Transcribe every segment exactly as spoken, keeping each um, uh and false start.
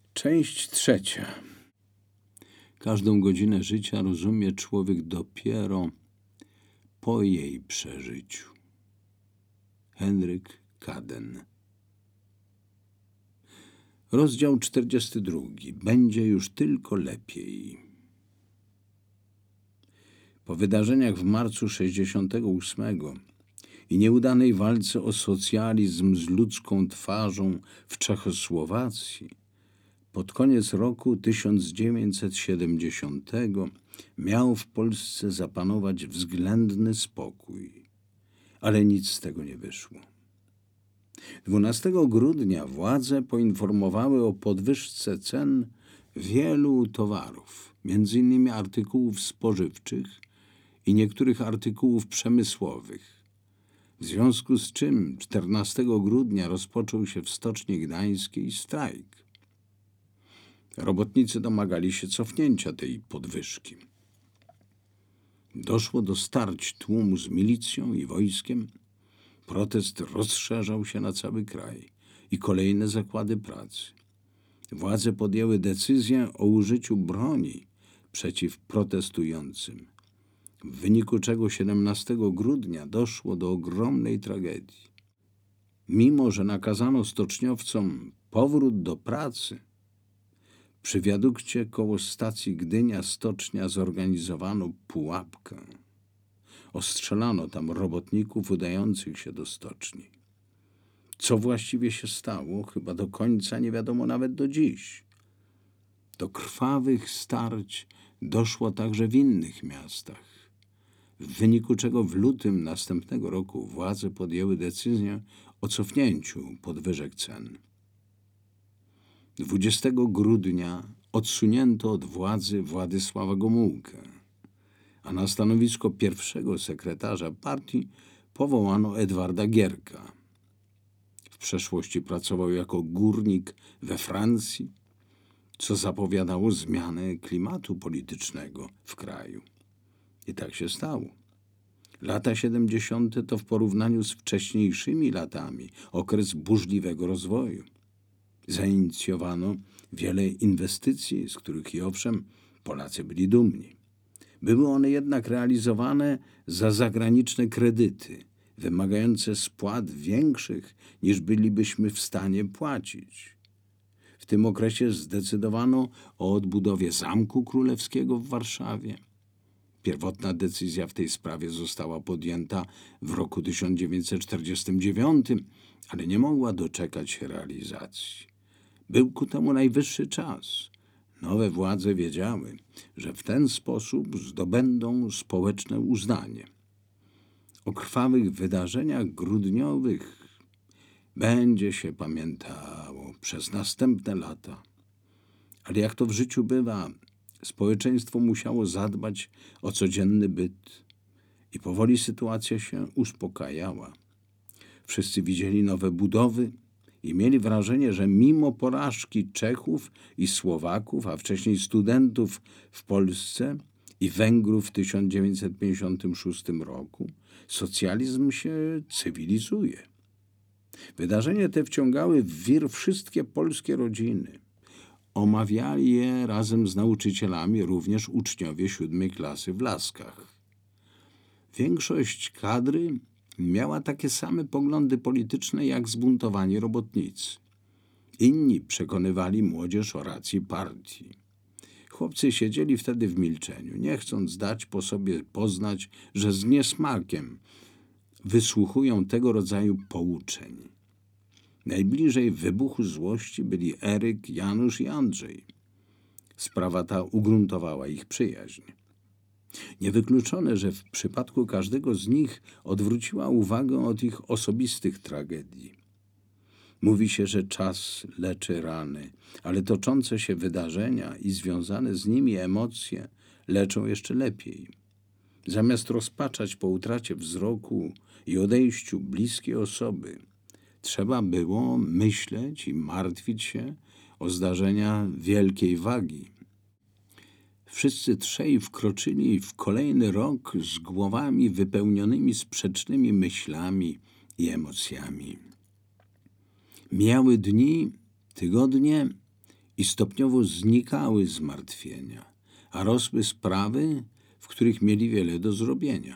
Część trzecia. Każdą godzinę życia rozumie człowiek dopiero po jej przeżyciu. Henryk Kaden. Rozdział czterdziesty drugi. Będzie już tylko lepiej. Po wydarzeniach w marcu sześćdziesiątego ósmego i nieudanej walce o socjalizm z ludzką twarzą w Czechosłowacji, pod koniec roku tysiąc dziewięćset siedemdziesiątego miał w Polsce zapanować względny spokój, ale nic z tego nie wyszło. dwunastego grudnia władze poinformowały o podwyżce cen wielu towarów, między innymi artykułów spożywczych i niektórych artykułów przemysłowych, w związku z czym czternastego grudnia rozpoczął się w Stoczni Gdańskiej strajk. Robotnicy domagali się cofnięcia tej podwyżki. Doszło do starć tłumu z milicją i wojskiem. Protest rozszerzał się na cały kraj i kolejne zakłady pracy. Władze podjęły decyzję o użyciu broni przeciw protestującym, w wyniku czego siedemnastego grudnia doszło do ogromnej tragedii. Mimo że nakazano stoczniowcom powrót do pracy, przy wiadukcie koło stacji Gdynia-Stocznia zorganizowano pułapkę. Ostrzelano tam robotników udających się do stoczni. Co właściwie się stało, chyba do końca nie wiadomo nawet do dziś. Do krwawych starć doszło także w innych miastach, w wyniku czego w lutym następnego roku władze podjęły decyzję o cofnięciu podwyżek cen. dwudziestego grudnia odsunięto od władzy Władysława Gomułkę, a na stanowisko pierwszego sekretarza partii powołano Edwarda Gierka. W przeszłości pracował jako górnik we Francji, co zapowiadało zmianę klimatu politycznego w kraju. I tak się stało. Lata siedemdziesiąte to w porównaniu z wcześniejszymi latami okres burzliwego rozwoju. Zainicjowano wiele inwestycji, z których i owszem Polacy byli dumni. Były one jednak realizowane za zagraniczne kredyty, wymagające spłat większych niż bylibyśmy w stanie płacić. W tym okresie zdecydowano o odbudowie Zamku Królewskiego w Warszawie. Pierwotna decyzja w tej sprawie została podjęta w roku tysiąc dziewięćset czterdziestym dziewiątym, ale nie mogła doczekać się realizacji. Był ku temu najwyższy czas. Nowe władze wiedziały, że w ten sposób zdobędą społeczne uznanie. O krwawych wydarzeniach grudniowych będzie się pamiętało przez następne lata. Ale jak to w życiu bywa, społeczeństwo musiało zadbać o codzienny byt i powoli sytuacja się uspokajała. Wszyscy widzieli nowe budowy i mieli wrażenie, że mimo porażki Czechów i Słowaków, a wcześniej studentów w Polsce i Węgrów w tysiąc dziewięćset pięćdziesiątym szóstym roku, socjalizm się cywilizuje. Wydarzenia te wciągały w wir wszystkie polskie rodziny. Omawiali je razem z nauczycielami również uczniowie siódmej klasy w Laskach. Większość kadry miała takie same poglądy polityczne jak zbuntowani robotnicy. Inni przekonywali młodzież o racji partii. Chłopcy siedzieli wtedy w milczeniu, nie chcąc dać po sobie poznać, że z niesmakiem wysłuchują tego rodzaju pouczeń. Najbliżej wybuchu złości byli Eryk, Janusz i Andrzej. Sprawa ta ugruntowała ich przyjaźń. Niewykluczone, że w przypadku każdego z nich odwróciła uwagę od ich osobistych tragedii. Mówi się, że czas leczy rany, ale toczące się wydarzenia i związane z nimi emocje leczą jeszcze lepiej. Zamiast rozpaczać po utracie wzroku i odejściu bliskiej osoby, trzeba było myśleć i martwić się o zdarzenia wielkiej wagi. Wszyscy trzej wkroczyli w kolejny rok z głowami wypełnionymi sprzecznymi myślami i emocjami. Mijały dni, tygodnie i stopniowo znikały zmartwienia, a rosły sprawy, w których mieli wiele do zrobienia.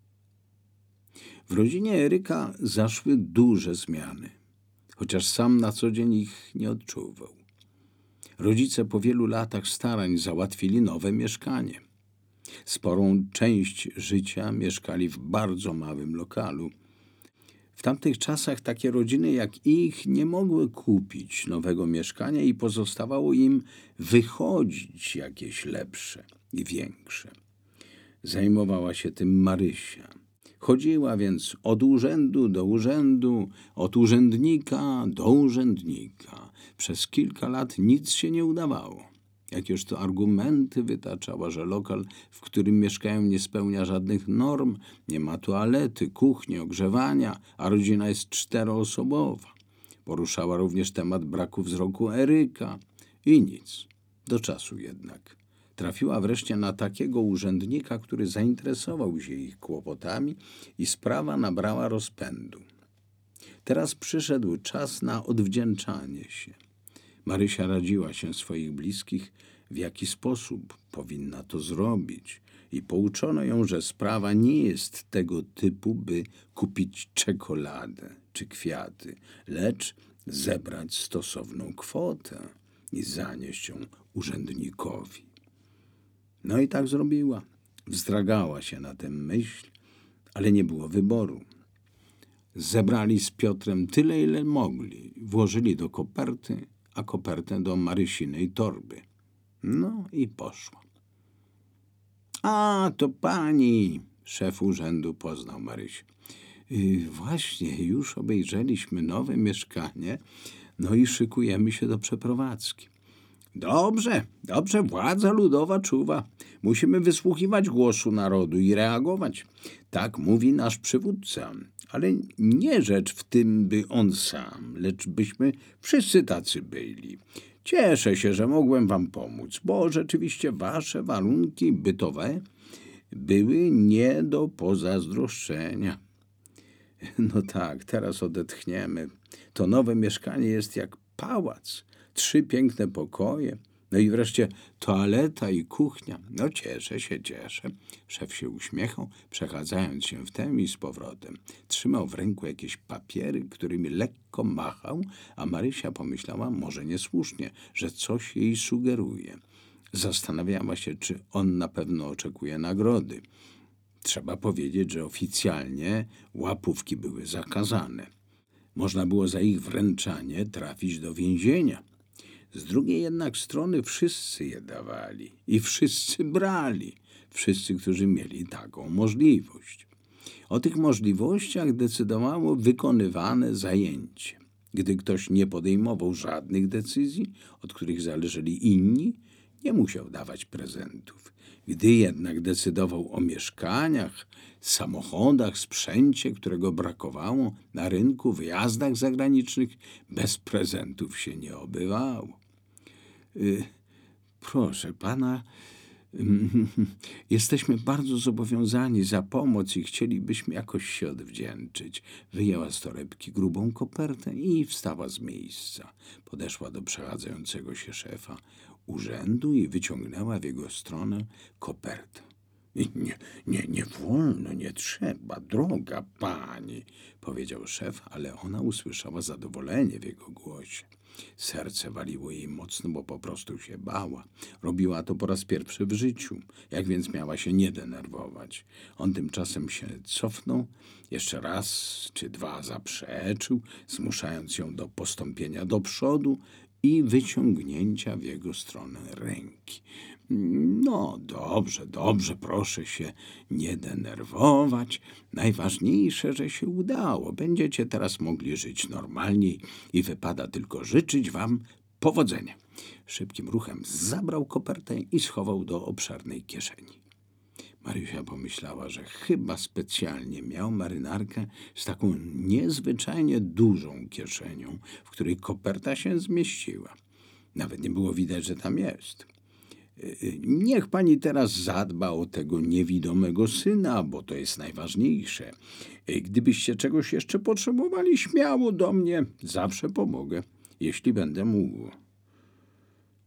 W rodzinie Eryka zaszły duże zmiany, chociaż sam na co dzień ich nie odczuwał. Rodzice po wielu latach starań załatwili nowe mieszkanie. Sporą część życia mieszkali w bardzo małym lokalu. W tamtych czasach takie rodziny jak ich nie mogły kupić nowego mieszkania i pozostawało im wychodzić jakieś lepsze i większe. Zajmowała się tym Marysia. Chodziła więc od urzędu do urzędu, od urzędnika do urzędnika. Przez kilka lat nic się nie udawało. Jakież to argumenty wytaczała, że lokal, w którym mieszkają, nie spełnia żadnych norm, nie ma toalety, kuchni, ogrzewania, a rodzina jest czteroosobowa. Poruszała również temat braku wzroku Eryka i nic. Do czasu jednak. Trafiła wreszcie na takiego urzędnika, który zainteresował się ich kłopotami i sprawa nabrała rozpędu. Teraz przyszedł czas na odwdzięczanie się. Marysia radziła się swoich bliskich, w jaki sposób powinna to zrobić i pouczono ją, że sprawa nie jest tego typu, by kupić czekoladę czy kwiaty, lecz zebrać stosowną kwotę i zanieść ją urzędnikowi. No i tak zrobiła. Wzdragała się na tę myśl, ale nie było wyboru. Zebrali z Piotrem tyle, ile mogli. Włożyli do koperty, a kopertę do Marysinej torby. No i poszła. A, to pani, szef urzędu poznał Marysię. Yy, właśnie, już obejrzeliśmy nowe mieszkanie, no i szykujemy się do przeprowadzki. Dobrze, dobrze, władza ludowa czuwa. Musimy wysłuchiwać głosu narodu i reagować. Tak mówi nasz przywódca. Ale nie rzecz w tym, by on sam, lecz byśmy wszyscy tacy byli. Cieszę się, że mogłem wam pomóc, bo rzeczywiście wasze warunki bytowe były nie do pozazdroszczenia. No tak, teraz odetchniemy. To nowe mieszkanie jest jak pałac. Trzy piękne pokoje, no i wreszcie toaleta i kuchnia. No cieszę się, cieszę. Szef się uśmiechał, przechadzając się w tę i z powrotem. Trzymał w ręku jakieś papiery, którymi lekko machał, a Marysia pomyślała, może niesłusznie, że coś jej sugeruje. Zastanawiała się, czy on na pewno oczekuje nagrody. Trzeba powiedzieć, że oficjalnie łapówki były zakazane. Można było za ich wręczanie trafić do więzienia. Z drugiej jednak strony wszyscy je dawali i wszyscy brali, wszyscy, którzy mieli taką możliwość. O tych możliwościach decydowało wykonywane zajęcie. Gdy ktoś nie podejmował żadnych decyzji, od których zależeli inni, nie musiał dawać prezentów. Gdy jednak decydował o mieszkaniach, samochodach, sprzęcie, którego brakowało na rynku, wyjazdach zagranicznych, bez prezentów się nie obywało. Yy, proszę pana, yy, jesteśmy bardzo zobowiązani za pomoc i chcielibyśmy jakoś się odwdzięczyć. Wyjęła z torebki grubą kopertę i wstała z miejsca. Podeszła do przechadzającego się szefa urzędu i wyciągnęła w jego stronę kopertę. Nie, nie, nie wolno, nie trzeba, droga pani, powiedział szef, ale ona usłyszała zadowolenie w jego głosie. Serce waliło jej mocno, bo po prostu się bała. Robiła to po raz pierwszy w życiu. Jak więc miała się nie denerwować? On tymczasem się cofnął, jeszcze raz czy dwa zaprzeczył, zmuszając ją do postąpienia do przodu i wyciągnięcia w jego stronę ręki. No, dobrze, dobrze, proszę się nie denerwować. Najważniejsze, że się udało. Będziecie teraz mogli żyć normalniej i wypada tylko życzyć wam powodzenia. Szybkim ruchem zabrał kopertę i schował do obszernej kieszeni. Marysia pomyślała, że chyba specjalnie miał marynarkę z taką niezwyczajnie dużą kieszenią, w której koperta się zmieściła. Nawet nie było widać, że tam jest. Niech pani teraz zadba o tego niewidomego syna, bo to jest najważniejsze. Gdybyście czegoś jeszcze potrzebowali, śmiało do mnie, zawsze pomogę, jeśli będę mógł.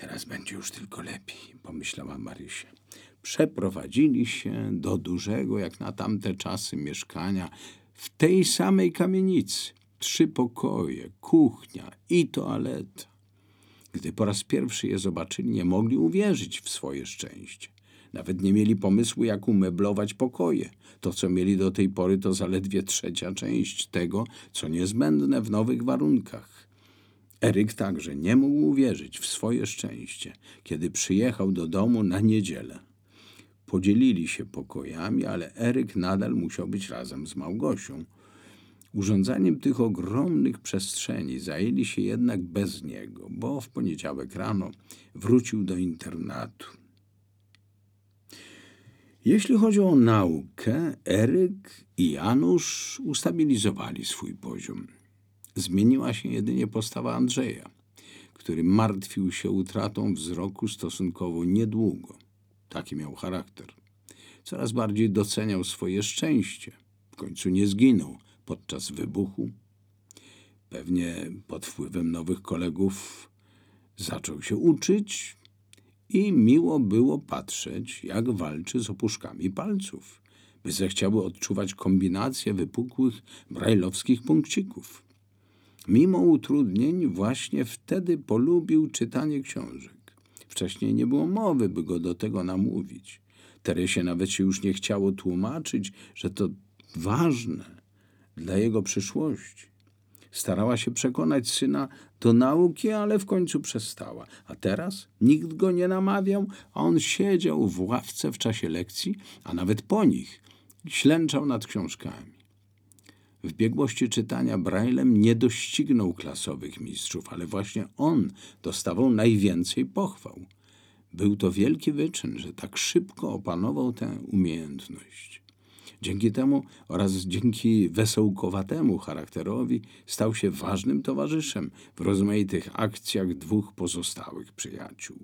Teraz będzie już tylko lepiej, pomyślała Marysia. Przeprowadzili się do dużego, jak na tamte czasy, mieszkania w tej samej kamienicy. Trzy pokoje, kuchnia i toaleta. Gdy po raz pierwszy je zobaczyli, nie mogli uwierzyć w swoje szczęście. Nawet nie mieli pomysłu, jak umeblować pokoje. To, co mieli do tej pory, to zaledwie trzecia część tego, co niezbędne w nowych warunkach. Eryk także nie mógł uwierzyć w swoje szczęście, kiedy przyjechał do domu na niedzielę. Podzielili się pokojami, ale Eryk nadal musiał być razem z Małgosią. Urządzaniem tych ogromnych przestrzeni zajęli się jednak bez niego, bo w poniedziałek rano wrócił do internatu. Jeśli chodzi o naukę, Eryk i Janusz ustabilizowali swój poziom. Zmieniła się jedynie postawa Andrzeja, który martwił się utratą wzroku stosunkowo niedługo. Taki miał charakter. Coraz bardziej doceniał swoje szczęście. W końcu nie zginął podczas wybuchu. Pewnie pod wpływem nowych kolegów zaczął się uczyć i miło było patrzeć, jak walczy z opuszkami palców, by zechciały odczuwać kombinację wypukłych brajlowskich punkcików. Mimo utrudnień właśnie wtedy polubił czytanie książek. Wcześniej nie było mowy, by go do tego namówić. Teresie nawet się już nie chciało tłumaczyć, że to ważne dla jego przyszłości. Starała się przekonać syna do nauki, ale w końcu przestała. A teraz nikt go nie namawiał, a on siedział w ławce w czasie lekcji, a nawet po nich ślęczał nad książkami. W biegłości czytania Braillem nie doścignął klasowych mistrzów, ale właśnie on dostawał najwięcej pochwał. Był to wielki wyczyn, że tak szybko opanował tę umiejętność. Dzięki temu oraz dzięki wesołkowatemu charakterowi stał się ważnym towarzyszem w rozmaitych akcjach dwóch pozostałych przyjaciół.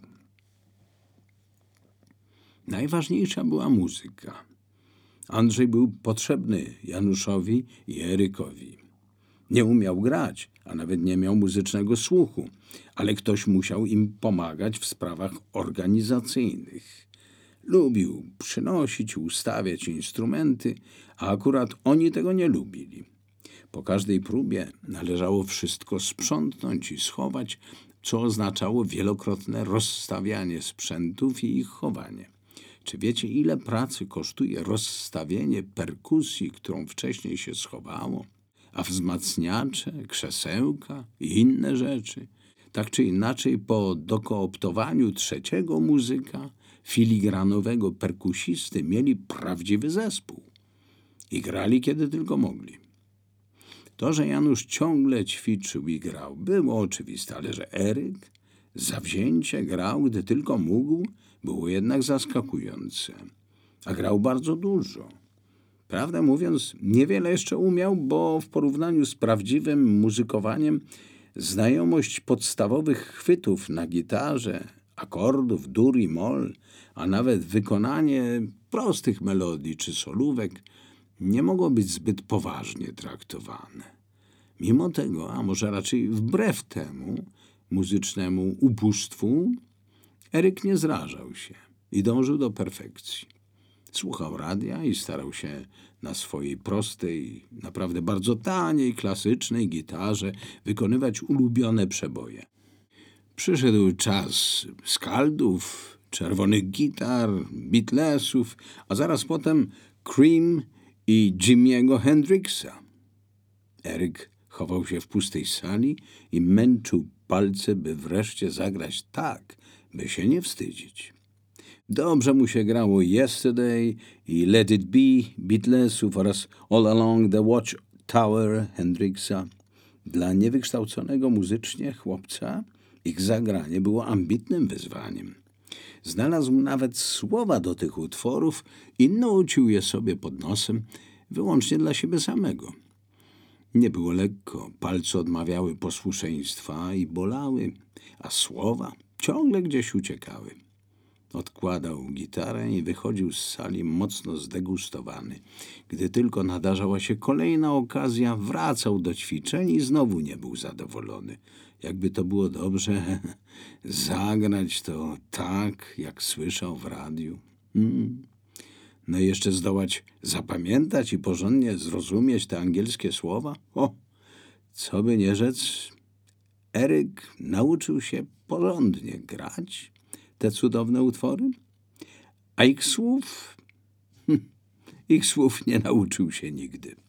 Najważniejsza była muzyka. Andrzej był potrzebny Januszowi i Erykowi. Nie umiał grać, a nawet nie miał muzycznego słuchu, ale ktoś musiał im pomagać w sprawach organizacyjnych. Lubił przynosić i ustawiać instrumenty, a akurat oni tego nie lubili. Po każdej próbie należało wszystko sprzątnąć i schować, co oznaczało wielokrotne rozstawianie sprzętów i ich chowanie. Czy wiecie, ile pracy kosztuje rozstawienie perkusji, którą wcześniej się schowało? A wzmacniacze, krzesełka i inne rzeczy? Tak czy inaczej, po dokooptowaniu trzeciego muzyka, filigranowego perkusisty, mieli prawdziwy zespół i grali, kiedy tylko mogli. To, że Janusz ciągle ćwiczył i grał, było oczywiste, ale że Eryk zawzięcie grał, gdy tylko mógł, było jednak zaskakujące. A grał bardzo dużo. Prawdę mówiąc, niewiele jeszcze umiał, bo w porównaniu z prawdziwym muzykowaniem znajomość podstawowych chwytów na gitarze, akordów, dur i mol, a nawet wykonanie prostych melodii czy solówek nie mogło być zbyt poważnie traktowane. Mimo tego, a może raczej wbrew temu muzycznemu ubóstwu, Eryk nie zrażał się i dążył do perfekcji. Słuchał radia i starał się na swojej prostej, naprawdę bardzo taniej, klasycznej gitarze wykonywać ulubione przeboje. Przyszedł czas Skaldów, czerwonych gitar, Beatlesów, a zaraz potem Cream i Jimiego Hendrixa. Eryk chował się w pustej sali i męczył palce, by wreszcie zagrać tak, by się nie wstydzić. Dobrze mu się grało Yesterday i Let It Be Beatlesów oraz All Along the Watchtower Hendrixa. Dla niewykształconego muzycznie chłopca ich zagranie było ambitnym wyzwaniem. Znalazł nawet słowa do tych utworów i nucił je sobie pod nosem wyłącznie dla siebie samego. Nie było lekko, palce odmawiały posłuszeństwa i bolały, a słowa ciągle gdzieś uciekały. Odkładał gitarę i wychodził z sali mocno zdegustowany. Gdy tylko nadarzała się kolejna okazja, wracał do ćwiczeń i znowu nie był zadowolony. Jakby to było dobrze zagrać to tak, jak słyszał w radiu. Hmm. No i jeszcze zdołać zapamiętać i porządnie zrozumieć te angielskie słowa? O, co by nie rzec, Eryk nauczył się porządnie grać te cudowne utwory, a ich słów, ich słów nie nauczył się nigdy.